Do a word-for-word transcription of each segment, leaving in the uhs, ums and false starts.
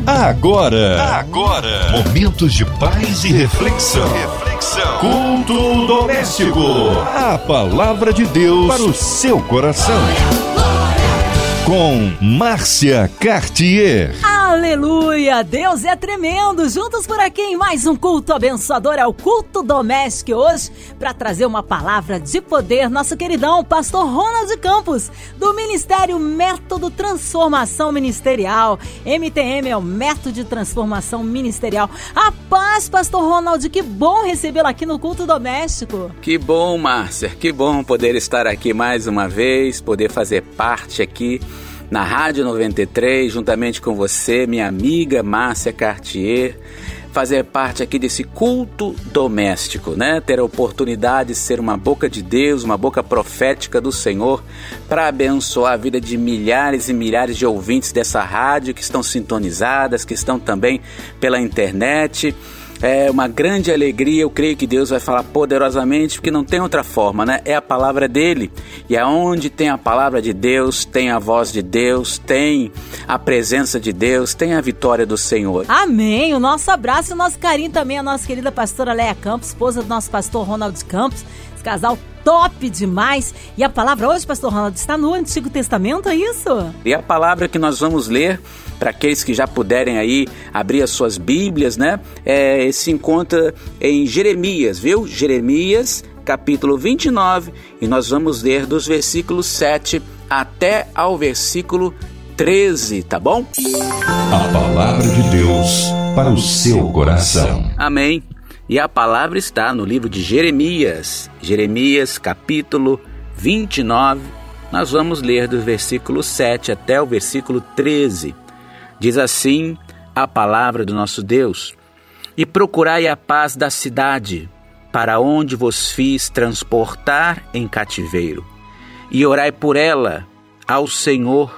Agora, agora, momentos de paz e reflexão. Reflexão. Culto doméstico. A palavra de Deus para o seu coração. Com Márcia Cartier. Aleluia! Deus é tremendo! Juntos por aqui em mais um culto abençoador, é o Culto Doméstico hoje, para trazer uma palavra de poder, nosso queridão pastor Ronald Campos, do Ministério Método Transformação Ministerial. M T M é o Método de Transformação Ministerial. A paz, pastor Ronald, que bom recebê-lo aqui no Culto Doméstico. Que bom, Márcia, que bom poder estar aqui mais uma vez, poder fazer parte aqui na Rádio noventa e três, juntamente com você, minha amiga Márcia Cartier, fazer parte aqui desse culto doméstico, né? Ter a oportunidade de ser uma boca de Deus, uma boca profética do Senhor, para abençoar a vida de milhares e milhares de ouvintes dessa rádio que estão sintonizadas, que estão também pela internet. É uma grande alegria, eu creio que Deus vai falar poderosamente, porque não tem outra forma, né? É a palavra dele. E aonde tem a palavra de Deus, tem a voz de Deus, tem a presença de Deus, tem a vitória do Senhor. Amém! O nosso abraço e o nosso carinho também à nossa querida pastora Léa Campos, esposa do nosso pastor Ronald Campos. Esse casal top demais. E a palavra hoje, pastor Ronald, está no Antigo Testamento, é isso? E a palavra que nós vamos ler, para aqueles que já puderem aí abrir as suas Bíblias, né? É, se encontra em Jeremias, viu? Jeremias, capítulo vinte e nove, e nós vamos ler dos versículos sete até ao versículo treze, tá bom? A palavra de Deus para o seu coração. Amém. E a palavra está no livro de Jeremias, Jeremias, capítulo vinte e nove, nós vamos ler do versículo sete até o versículo treze. Diz assim a palavra do nosso Deus: E procurai a paz da cidade, para onde vos fiz transportar em cativeiro, e orai por ela ao Senhor,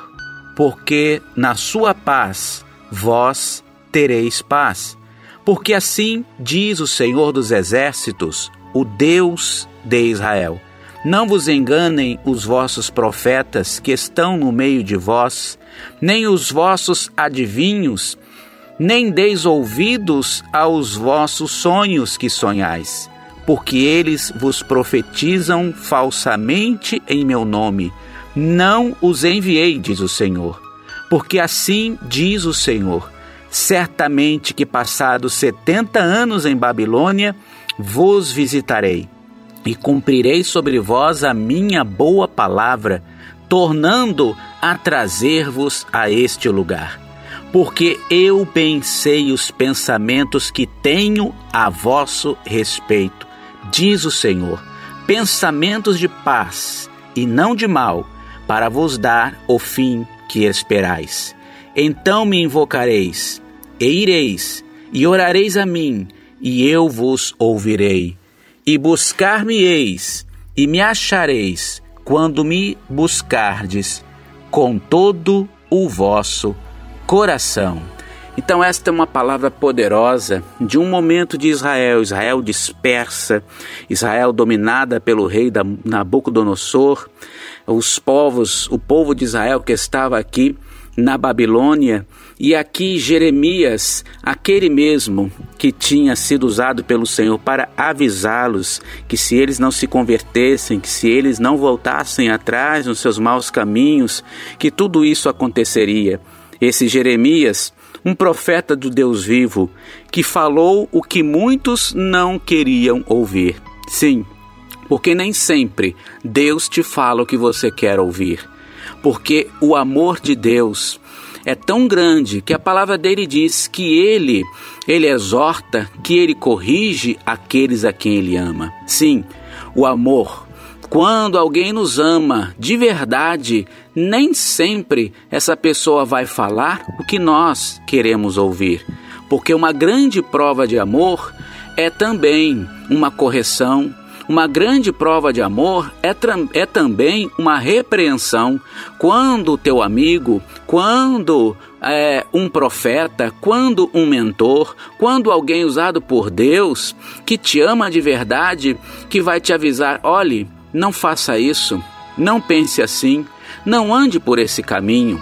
porque na sua paz vós tereis paz. Porque assim diz o Senhor dos Exércitos, o Deus de Israel: Não vos enganem os vossos profetas que estão no meio de vós, nem os vossos adivinhos, nem deis ouvidos aos vossos sonhos que sonhais, porque eles vos profetizam falsamente em meu nome. Não os enviei, diz o Senhor. Porque assim diz o Senhor: Certamente que passados setenta anos em Babilônia, vos visitarei, e cumprirei sobre vós a minha boa palavra, tornando a trazer-vos a este lugar. Porque eu bem sei os pensamentos que tenho a vosso respeito, diz o Senhor, pensamentos de paz e não de mal, para vos dar o fim que esperais. Então me invocareis, e ireis, e orareis a mim, e eu vos ouvirei. E buscar-me-eis, e me achareis, quando me buscardes com todo o vosso coração. Então esta é uma palavra poderosa de um momento de Israel, Israel dispersa, Israel dominada pelo rei Nabucodonosor, os povos, o povo de Israel que estava aqui na Babilônia, e aqui Jeremias, aquele mesmo que tinha sido usado pelo Senhor para avisá-los que se eles não se convertessem, que se eles não voltassem atrás nos seus maus caminhos, que tudo isso aconteceria. Esse Jeremias, um profeta do Deus vivo, que falou o que muitos não queriam ouvir. Sim, porque nem sempre Deus te fala o que você quer ouvir. Porque o amor de Deus é tão grande que a palavra dele diz que ele, ele exorta, que ele corrige aqueles a quem ele ama. Sim, o amor. Quando alguém nos ama de verdade, nem sempre essa pessoa vai falar o que nós queremos ouvir. Porque uma grande prova de amor é também uma correção. Uma grande prova de amor é, é também uma repreensão. Quando o teu amigo, quando é, um profeta, quando um mentor, quando alguém usado por Deus, que te ama de verdade, que vai te avisar: olhe, não faça isso, não pense assim, não ande por esse caminho.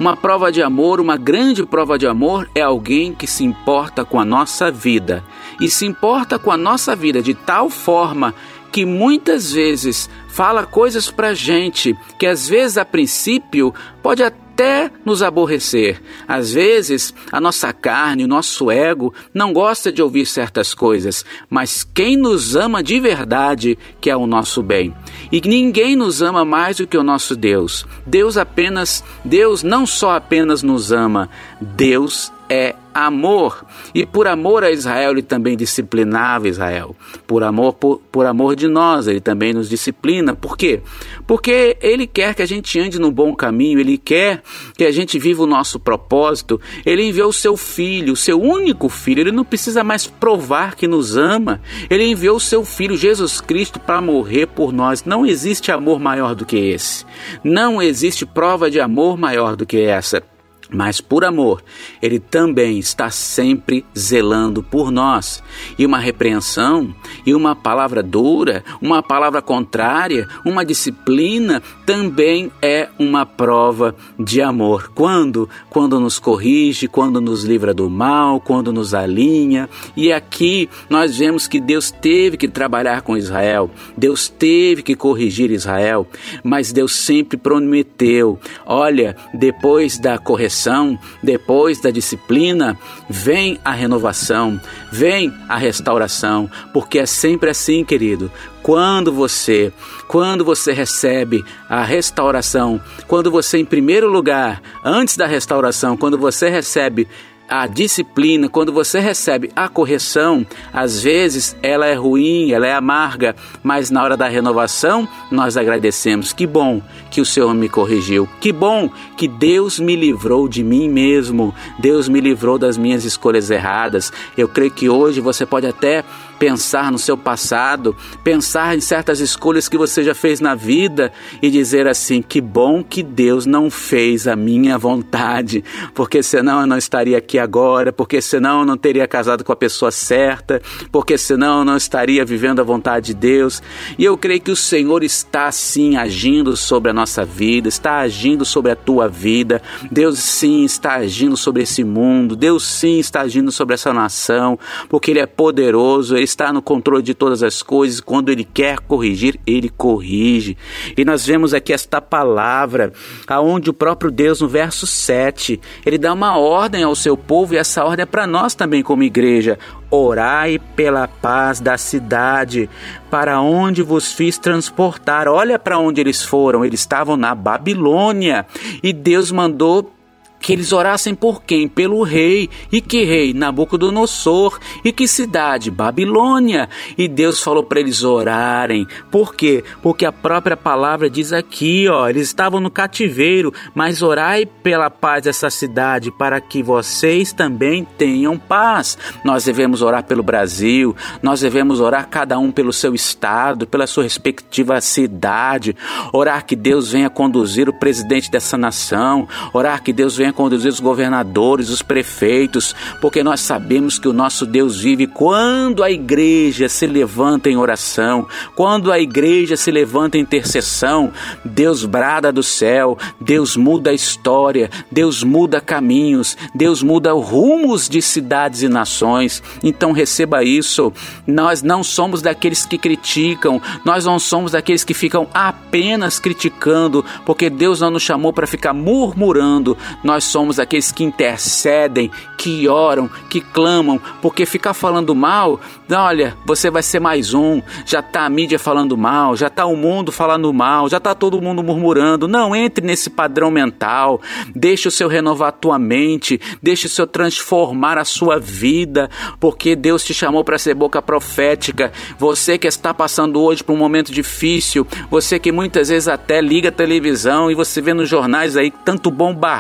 Uma prova de amor, uma grande prova de amor é alguém que se importa com a nossa vida. E se importa com a nossa vida de tal forma que muitas vezes fala coisas pra gente que às vezes a princípio pode até nos aborrecer. Às vezes a nossa carne, o nosso ego não gosta de ouvir certas coisas, mas quem nos ama de verdade quer o nosso bem. E ninguém nos ama mais do que o nosso Deus. Deus apenas, Deus não só apenas nos ama, Deus é amor. E por amor a Israel, ele também disciplinava Israel. Por amor, por, por amor de nós, ele também nos disciplina. Por quê? Porque ele quer que a gente ande no bom caminho, ele quer que a gente viva o nosso propósito. Ele enviou o seu filho, o seu único filho. Ele não precisa mais provar que nos ama. Ele enviou o seu filho, Jesus Cristo, para morrer por nós. Não existe amor maior do que esse. Não existe prova de amor maior do que essa. Mas por amor, ele também está sempre zelando por nós. E uma repreensão, e uma palavra dura, uma palavra contrária, uma disciplina, também é uma prova de amor. Quando? Quando nos corrige, quando nos livra do mal, quando nos alinha. E aqui nós vemos que Deus teve que trabalhar com Israel. Deus teve que corrigir Israel. Mas Deus sempre prometeu, olha, depois da correção, depois da disciplina, vem a renovação, vem a restauração, porque é sempre assim, querido. Quando você, quando você recebe a restauração, quando você, em primeiro lugar, antes da restauração, quando você recebe a disciplina, quando você recebe a correção, às vezes ela é ruim, ela é amarga, mas na hora da renovação nós agradecemos. Que bom que o Senhor me corrigiu, que bom que Deus me livrou de mim mesmo, Deus me livrou das minhas escolhas erradas. Eu creio que hoje você pode até pensar no seu passado, pensar em certas escolhas que você já fez na vida e dizer assim, que bom que Deus não fez a minha vontade, porque senão eu não estaria aqui agora, porque senão eu não teria casado com a pessoa certa, porque senão eu não estaria vivendo a vontade de Deus. E eu creio que o Senhor está sim agindo sobre a nossa vida, está agindo sobre a tua vida. Deus sim está agindo sobre esse mundo, Deus sim está agindo sobre essa nação, porque Ele é poderoso, Ele está no controle de todas as coisas. Quando Ele quer corrigir, Ele corrige. E nós vemos aqui esta palavra, aonde o próprio Deus, no verso sete, Ele dá uma ordem ao seu povo, e essa ordem é para nós também como igreja. Orai pela paz da cidade, para onde vos fiz transportar. Olha para onde eles foram, eles estavam na Babilônia, e Deus mandou que eles orassem por quem? Pelo rei. E que rei? Nabucodonosor. E que cidade? Babilônia. E Deus falou para eles orarem. Por quê? Porque a própria palavra diz aqui, ó, eles estavam no cativeiro, mas orai pela paz dessa cidade, para que vocês também tenham paz. Nós devemos orar pelo Brasil, nós devemos orar cada um pelo seu estado, pela sua respectiva cidade, orar que Deus venha conduzir o presidente dessa nação, orar que Deus venha conduzir os governadores, os prefeitos, porque nós sabemos que o nosso Deus vive. Quando a igreja se levanta em oração, quando a igreja se levanta em intercessão, Deus brada do céu, Deus muda a história, Deus muda caminhos, Deus muda rumos de cidades e nações. Então receba isso. Nós não somos daqueles que criticam, nós não somos daqueles que ficam apenas criticando, porque Deus não nos chamou para ficar murmurando. Nós somos aqueles que intercedem, que oram, que clamam, porque ficar falando mal, olha, você vai ser mais um. Já está a mídia falando mal, já está o mundo falando mal, já está todo mundo murmurando. Não entre nesse padrão mental. Deixa o Senhor renovar a tua mente, deixa o Senhor transformar a sua vida, porque Deus te chamou para ser boca profética. Você que está passando hoje por um momento difícil, você que muitas vezes até liga a televisão e você vê nos jornais aí tanto bombardeio de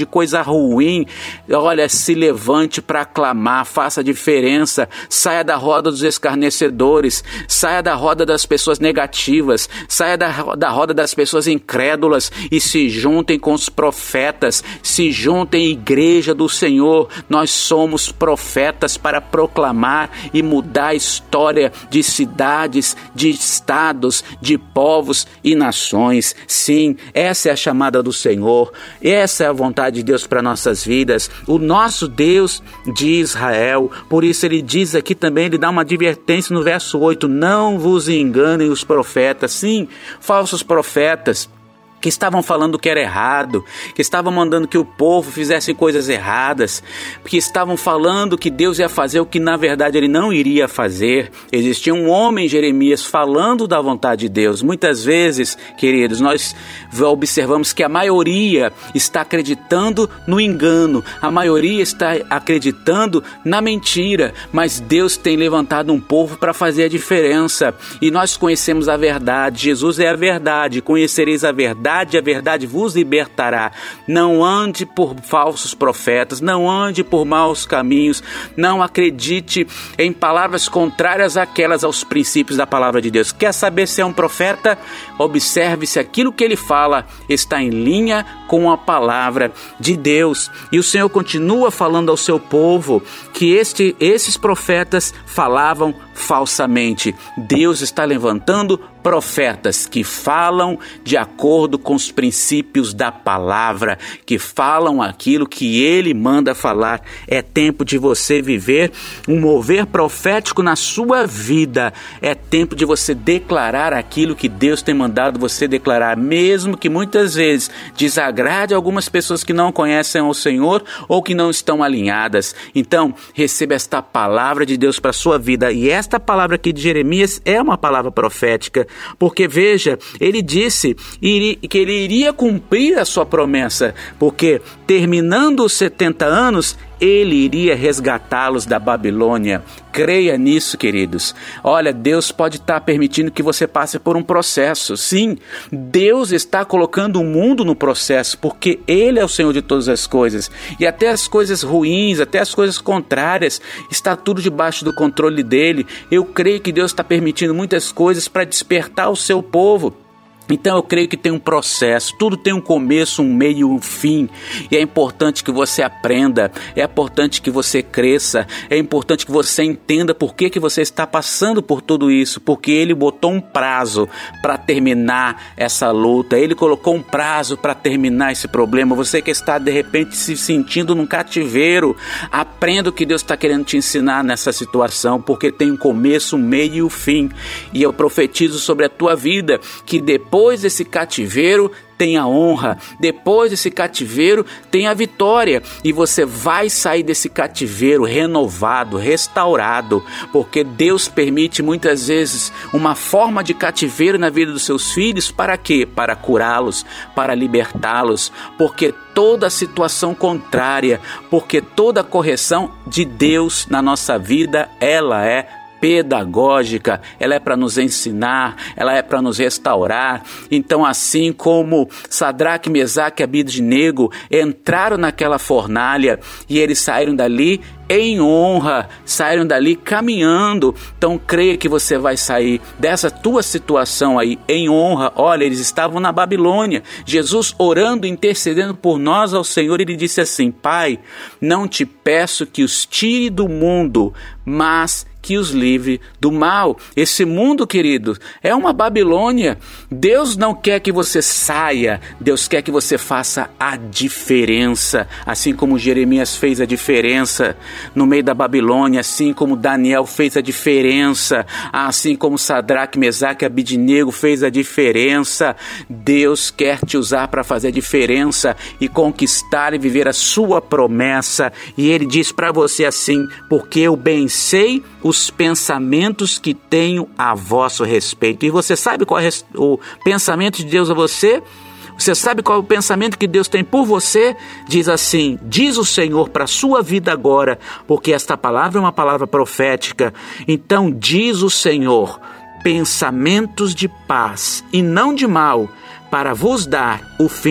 coisa ruim, olha, se levante para clamar, faça diferença, saia da roda dos escarnecedores, saia da roda das pessoas negativas, saia da, da roda das pessoas incrédulas e se juntem com os profetas, se juntem igreja do Senhor. Nós somos profetas para proclamar e mudar a história de cidades, de estados, de povos e nações. Sim, essa é a chamada do Senhor, essa é a vontade de Deus para nossas vidas, o nosso Deus de Israel. Por isso ele diz aqui também, ele dá uma advertência no verso oito, não vos enganem os profetas. Sim, falsos profetas que estavam falando que era errado, que estavam mandando que o povo fizesse coisas erradas, que estavam falando que Deus ia fazer o que na verdade ele não iria fazer. Existia um homem, Jeremias, falando da vontade de Deus. Muitas vezes, queridos, nós observamos que a maioria está acreditando no engano, a maioria está acreditando na mentira, mas Deus tem levantado um povo para fazer a diferença, e nós conhecemos a verdade. Jesus é a verdade, conhecereis a verdade, a verdade vos libertará. Não ande por falsos profetas, não ande por maus caminhos, não acredite em palavras contrárias àquelas aos princípios da palavra de Deus. Quer saber se é um profeta? Observe se aquilo que ele fala está em linha com a palavra de Deus. E o Senhor continua falando ao seu povo que este, esses profetas falavam falsamente. Deus está levantando profetas que falam de acordo com os princípios da palavra, que falam aquilo que ele manda falar. É tempo de você viver um mover profético na sua vida. É tempo de você declarar aquilo que Deus tem mandado você declarar, mesmo que muitas vezes desagrade algumas pessoas que não conhecem o Senhor ou que não estão alinhadas. Então, receba esta palavra de Deus para a sua vida. E esta palavra aqui de Jeremias é uma palavra profética, porque veja, ele disse que ele iria cumprir a sua promessa, porque terminando os setenta anos, ele iria resgatá-los da Babilônia. Creia nisso, queridos. Olha, Deus pode estar permitindo que você passe por um processo. Sim, Deus está colocando o mundo no processo, porque Ele é o Senhor de todas as coisas. E até as coisas ruins, até as coisas contrárias, está tudo debaixo do controle dEle. Eu creio que Deus está permitindo muitas coisas para despertar o seu povo. Então eu creio que tem um processo, tudo tem um começo, um meio e um fim, e é importante que você aprenda, é importante que você cresça, é importante que você entenda por que, que você está passando por tudo isso, porque Ele botou um prazo para terminar essa luta, Ele colocou um prazo para terminar esse problema. Você que está de repente se sentindo num cativeiro, aprenda o que Deus está querendo te ensinar nessa situação, porque tem um começo, um meio e um fim, e eu profetizo sobre a tua vida que depois Depois desse cativeiro tem a honra, depois desse cativeiro tem a vitória, e você vai sair desse cativeiro renovado, restaurado, porque Deus permite muitas vezes uma forma de cativeiro na vida dos seus filhos. Para quê? Para curá-los, para libertá-los, porque toda situação contrária, porque toda correção de Deus na nossa vida, ela é pedagógica, ela é para nos ensinar, ela é para nos restaurar. Então, assim como Sadraque, Mesaque e Abidnego entraram naquela fornalha e eles saíram dali em honra, saíram dali caminhando. Então creia que você vai sair dessa tua situação aí em honra. Olha, eles estavam na Babilônia, Jesus orando, intercedendo por nós ao Senhor. Ele disse assim: Pai, não te peço que os tire do mundo, mas que os livre do mal. Esse mundo, querido, é uma Babilônia. Deus não quer que você saia, Deus quer que você faça a diferença, assim como Jeremias fez a diferença no meio da Babilônia, assim como Daniel fez a diferença, assim como Sadraque, Mesaque e Abidnego fez a diferença. Deus quer te usar para fazer a diferença e conquistar e viver a sua promessa. E Ele diz para você assim: porque eu bem sei os pensamentos que tenho a vosso respeito. E você sabe qual é o pensamento de Deus a você? Você sabe qual é o pensamento que Deus tem por você? Diz assim: diz o Senhor para a sua vida agora, porque esta palavra é uma palavra profética. Então diz o Senhor: pensamentos de paz e não de mal, para vos dar o fim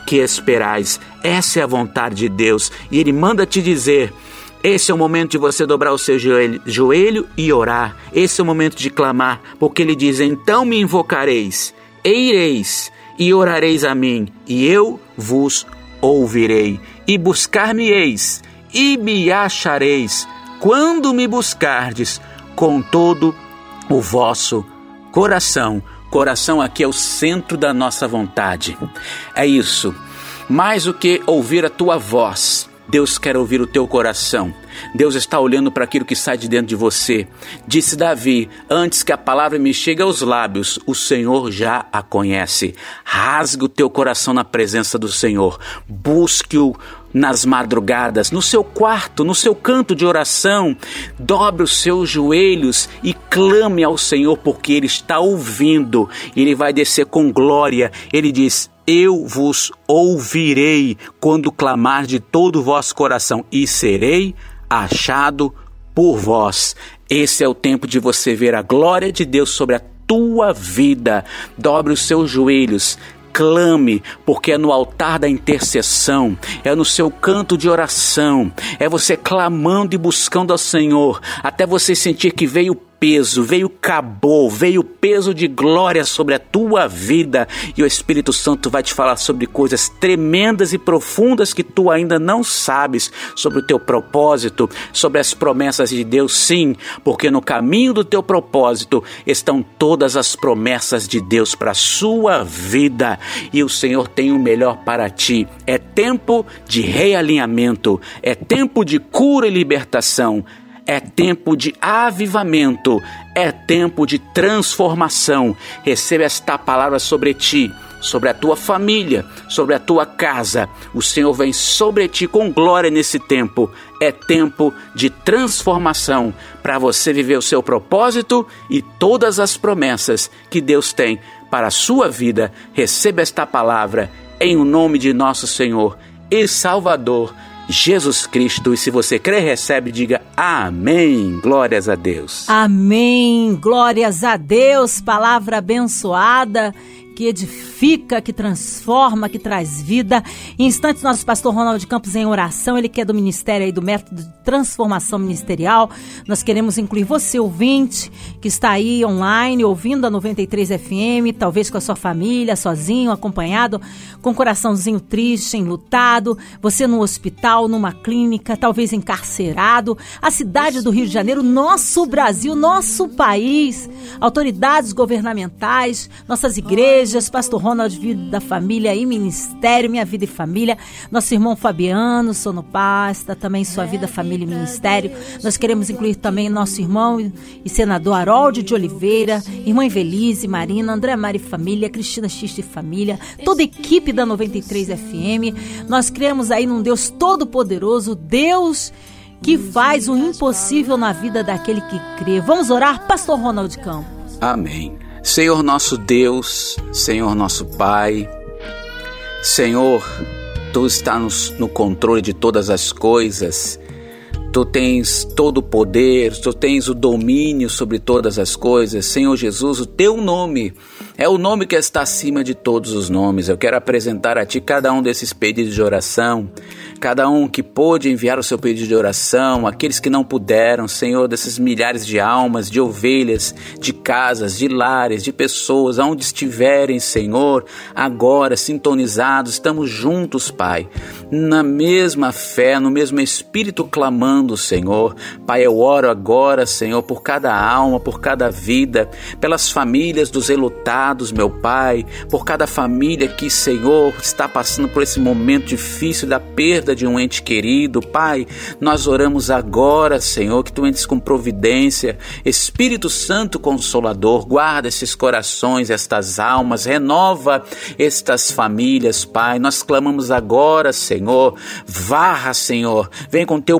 que esperais. Essa é a vontade de Deus. E Ele manda te dizer: esse é o momento de você dobrar o seu joelho, joelho e orar. Esse é o momento de clamar, porque Ele diz: então me invocareis, e ireis, e orareis a mim, e eu vos ouvirei. E buscar-me-eis, e me achareis, quando me buscardes com todo o vosso coração. Coração aqui é o centro da nossa vontade. É isso. Mais do que ouvir a tua voz, Deus quer ouvir o teu coração. Deus está olhando para aquilo que sai de dentro de você. Disse Davi: antes que a palavra me chegue aos lábios, o Senhor já a conhece. Rasgue o teu coração na presença do Senhor. Busque-o nas madrugadas, no seu quarto, no seu canto de oração. Dobre os seus joelhos e clame ao Senhor, porque Ele está ouvindo. Ele vai descer com glória. Ele diz: eu vos ouvirei quando clamar de todo o vosso coração, e serei achado por vós. Esse é o tempo de você ver a glória de Deus sobre a tua vida. Dobre os seus joelhos, clame, porque é no altar da intercessão, é no seu canto de oração, é você clamando e buscando ao Senhor, até você sentir que veio peso, veio acabou, veio peso de glória sobre a tua vida, e o Espírito Santo vai te falar sobre coisas tremendas e profundas que tu ainda não sabes, sobre o teu propósito, sobre as promessas de Deus. Sim, porque no caminho do teu propósito estão todas as promessas de Deus para a sua vida, e o Senhor tem o melhor para ti. É tempo de realinhamento, é tempo de cura e libertação, é tempo de avivamento, é tempo de transformação. Receba esta palavra sobre ti, sobre a tua família, sobre a tua casa. O Senhor vem sobre ti com glória nesse tempo. É tempo de transformação para você viver o seu propósito e todas as promessas que Deus tem para a sua vida. Receba esta palavra em o nome de nosso Senhor e Salvador Jesus Cristo. E se você crê, recebe, diga amém. Glórias a Deus. Amém. Glórias a Deus. Palavra abençoada, que edifica, que transforma, que traz vida. Em instantes, nosso pastor Ronald Campos em oração, ele que é do Ministério aí, do Método de Transformação Ministerial. Nós queremos incluir você, ouvinte, que está aí online, ouvindo a noventa e três F M, talvez com a sua família, sozinho, acompanhado, com o coraçãozinho triste, enlutado, você no hospital, numa clínica, talvez encarcerado, a cidade do Rio de Janeiro, nosso Brasil, nosso país, autoridades governamentais, nossas igrejas, pastor Ronald, Vida da Família e Ministério, Minha Vida e Família, nosso irmão Fabiano, Sonopasta, também Sua Vida, Família e Ministério. Nós queremos incluir também nosso irmão e senador Harold de Oliveira, irmã Evelise, Marina, André Mari Família, Cristina Xiste Família, toda a equipe da noventa e três F M. Nós cremos aí num Deus todo-poderoso, Deus que faz o impossível na vida daquele que crê. Vamos orar, pastor Ronald Campos. Amém. Senhor nosso Deus, Senhor nosso Pai, Senhor, Tu estás no controle de todas as coisas, Tu tens todo o poder, Tu tens o domínio sobre todas as coisas. Senhor Jesus, o Teu nome é o nome que está acima de todos os nomes. Eu quero apresentar a Ti cada um desses pedidos de oração, cada um que pôde enviar o seu pedido de oração, aqueles que não puderam, Senhor, desses milhares de almas, de ovelhas, de casas, de lares, de pessoas, aonde estiverem, Senhor, agora sintonizados, estamos juntos, Pai, na mesma fé, no mesmo Espírito clamando, Senhor. Pai, eu oro agora, Senhor, por cada alma, por cada vida, pelas famílias dos enlutados, meu Pai, por cada família que, Senhor, está passando por esse momento difícil da perda de um ente querido. Pai, nós oramos agora, Senhor, que Tu entres com providência. Espírito Santo Consolador, guarda esses corações, estas almas, renova estas famílias, Pai. Nós clamamos agora, Senhor, varra, Senhor, vem com Teu poder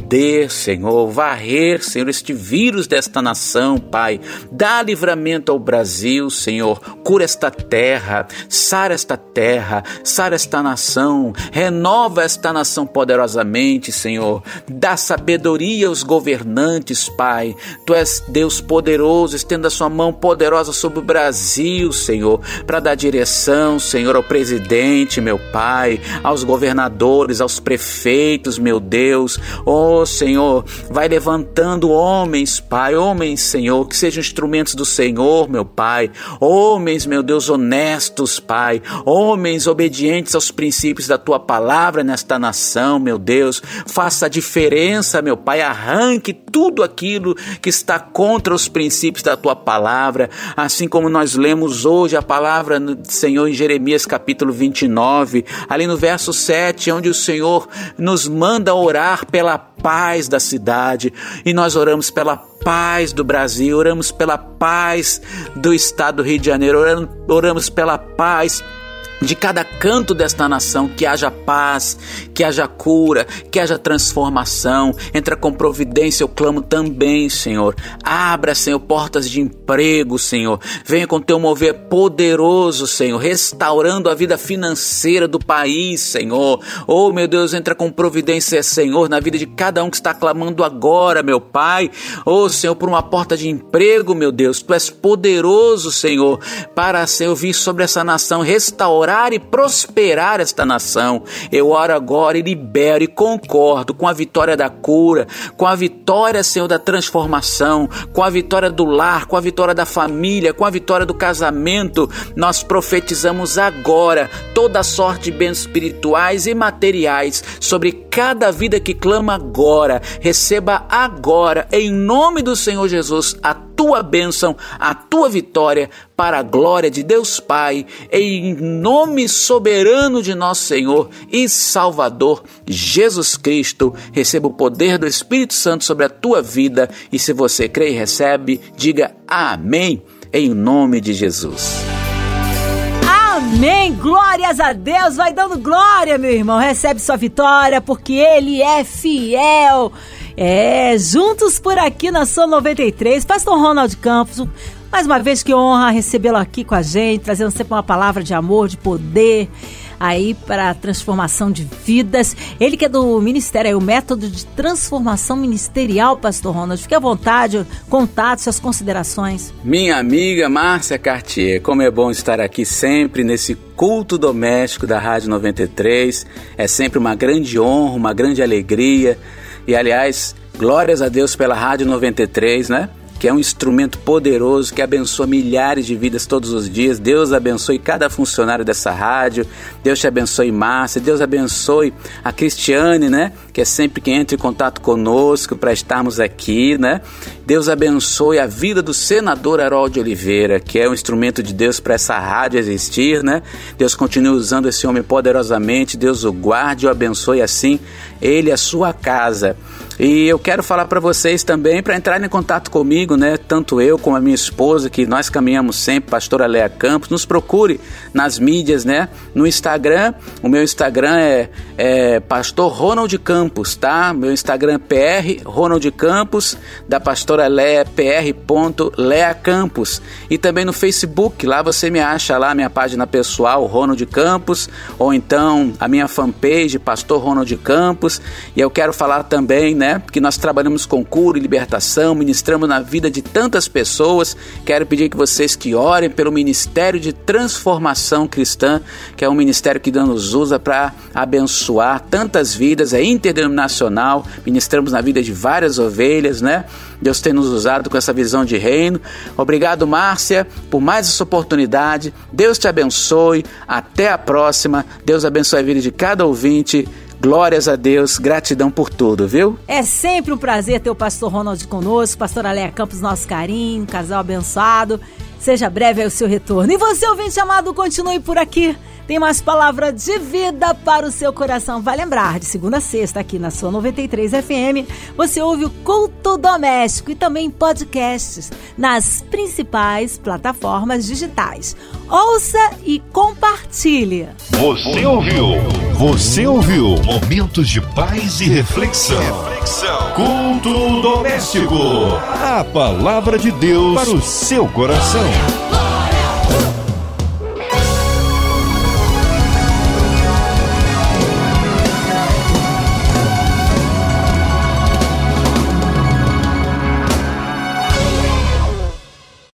poder, Senhor, varrer, Senhor, este vírus desta nação, Pai. Dá livramento ao Brasil, Senhor. Cura esta terra, sara esta terra, sara esta nação. Renova esta nação poderosamente, Senhor. Dá sabedoria aos governantes, Pai. Tu és Deus poderoso, estenda a sua mão poderosa sobre o Brasil, Senhor, para dar direção, Senhor, ao presidente, meu Pai, aos governadores, aos prefeitos, meu Deus. Oh, Senhor, vai levantando homens, Pai, homens, Senhor, que sejam instrumentos do Senhor, meu Pai. Homens, meu Deus, honestos, Pai. Homens obedientes aos princípios da Tua palavra nesta nação, meu Deus. Faça a diferença, meu Pai. Arranque tudo aquilo que está contra os princípios da Tua palavra, assim como nós lemos hoje a palavra do Senhor em Jeremias capítulo vinte e nove, ali no verso sete, onde o Senhor nos manda orar pela paz da cidade, e nós oramos pela paz do Brasil, oramos pela paz do estado do Rio de Janeiro, oramos, oramos pela paz de cada canto desta nação, que haja paz, que haja cura, que haja transformação. Entra com providência, eu clamo também, Senhor. Abra, Senhor, portas de emprego, Senhor. Venha com teu mover poderoso, Senhor, restaurando a vida financeira do país, Senhor. Oh, meu Deus, entra com providência, Senhor, na vida de cada um que está clamando agora, meu Pai. Oh, Senhor, por uma porta de emprego, meu Deus. Tu és poderoso, Senhor, para, Senhor, vir sobre essa nação, restaurar e prosperar esta nação. Eu oro agora e libero e concordo com a vitória da cura, com a vitória, Senhor, da transformação, com a vitória do lar, com a vitória da família, com a vitória do casamento. Nós profetizamos agora toda sorte de bens espirituais e materiais sobre cada vida que clama agora. Receba agora, em nome do Senhor Jesus, a tua bênção, a tua vitória, para a glória de Deus Pai, em nome soberano de nosso Senhor e Salvador Jesus Cristo. Receba o poder do Espírito Santo sobre a tua vida, e se você crê e recebe, diga amém, em nome de Jesus. Amém, glórias a Deus, vai dando glória, meu irmão, recebe sua vitória, porque Ele é fiel. É, juntos por aqui na São noventa e três, Pastor Ronald Campos, mais uma vez que honra recebê-lo aqui com a gente, trazendo sempre uma palavra de amor, de poder, aí para a transformação de vidas. Ele que é do ministério, é o método de transformação ministerial, Pastor Ronald. Fique à vontade, contato, suas considerações. Minha amiga Márcia Cartier, como é bom estar aqui sempre nesse culto doméstico da Rádio noventa e três. É sempre uma grande honra, uma grande alegria. E, aliás, glórias a Deus pela Rádio noventa e três, né? Que é um instrumento poderoso que abençoa milhares de vidas todos os dias. Deus abençoe cada funcionário dessa rádio. Deus te abençoe, Márcia. Deus abençoe a Cristiane, né? Que é sempre quem entra em contato conosco para estarmos aqui, né? Deus abençoe a vida do senador Harold de Oliveira, que é um instrumento de Deus para essa rádio existir, né? Deus continue usando esse homem poderosamente. Deus o guarde e o abençoe assim, ele e a sua casa. E eu quero falar para vocês também, para entrarem em contato comigo, né? Tanto eu como a minha esposa, que nós caminhamos sempre, pastora Léa Campos. Nos procure nas mídias, né? No Instagram, o meu Instagram é, é Pastor Ronald Campos, tá? Meu Instagram é P R Ronald Campos, da pastora Léa, P R ponto Léa Campos. E também no Facebook, lá você me acha lá, minha página pessoal, Ronald Campos, ou então a minha fanpage, Pastor Ronald Campos. E eu quero falar também, né? Porque nós trabalhamos com cura e libertação, ministramos na vida de tantas pessoas. Quero pedir que vocês que orem pelo Ministério de Transformação Cristã, que é um ministério que Deus nos usa para abençoar tantas vidas, é interdenominacional, ministramos na vida de várias ovelhas, né? Deus tem nos usado com essa visão de reino. Obrigado, Márcia, por mais essa oportunidade. Deus te abençoe, até a próxima. Deus abençoe a vida de cada ouvinte. Glórias a Deus, gratidão por tudo, viu? É sempre um prazer ter o pastor Ronald conosco, pastora Léa Campos, nosso carinho, casal abençoado. Seja breve aí o seu retorno. E você, ouvinte amado, continue por aqui tem mais palavra de vida para o seu coração. Vai lembrar, de segunda a sexta, aqui na sua noventa e três F M, você ouve o Culto Doméstico e também podcasts nas principais plataformas digitais. Ouça e compartilhe. Você ouviu? Você ouviu? Momentos de paz e reflexão. Reflexão. Culto Doméstico. A palavra de Deus para o seu coração.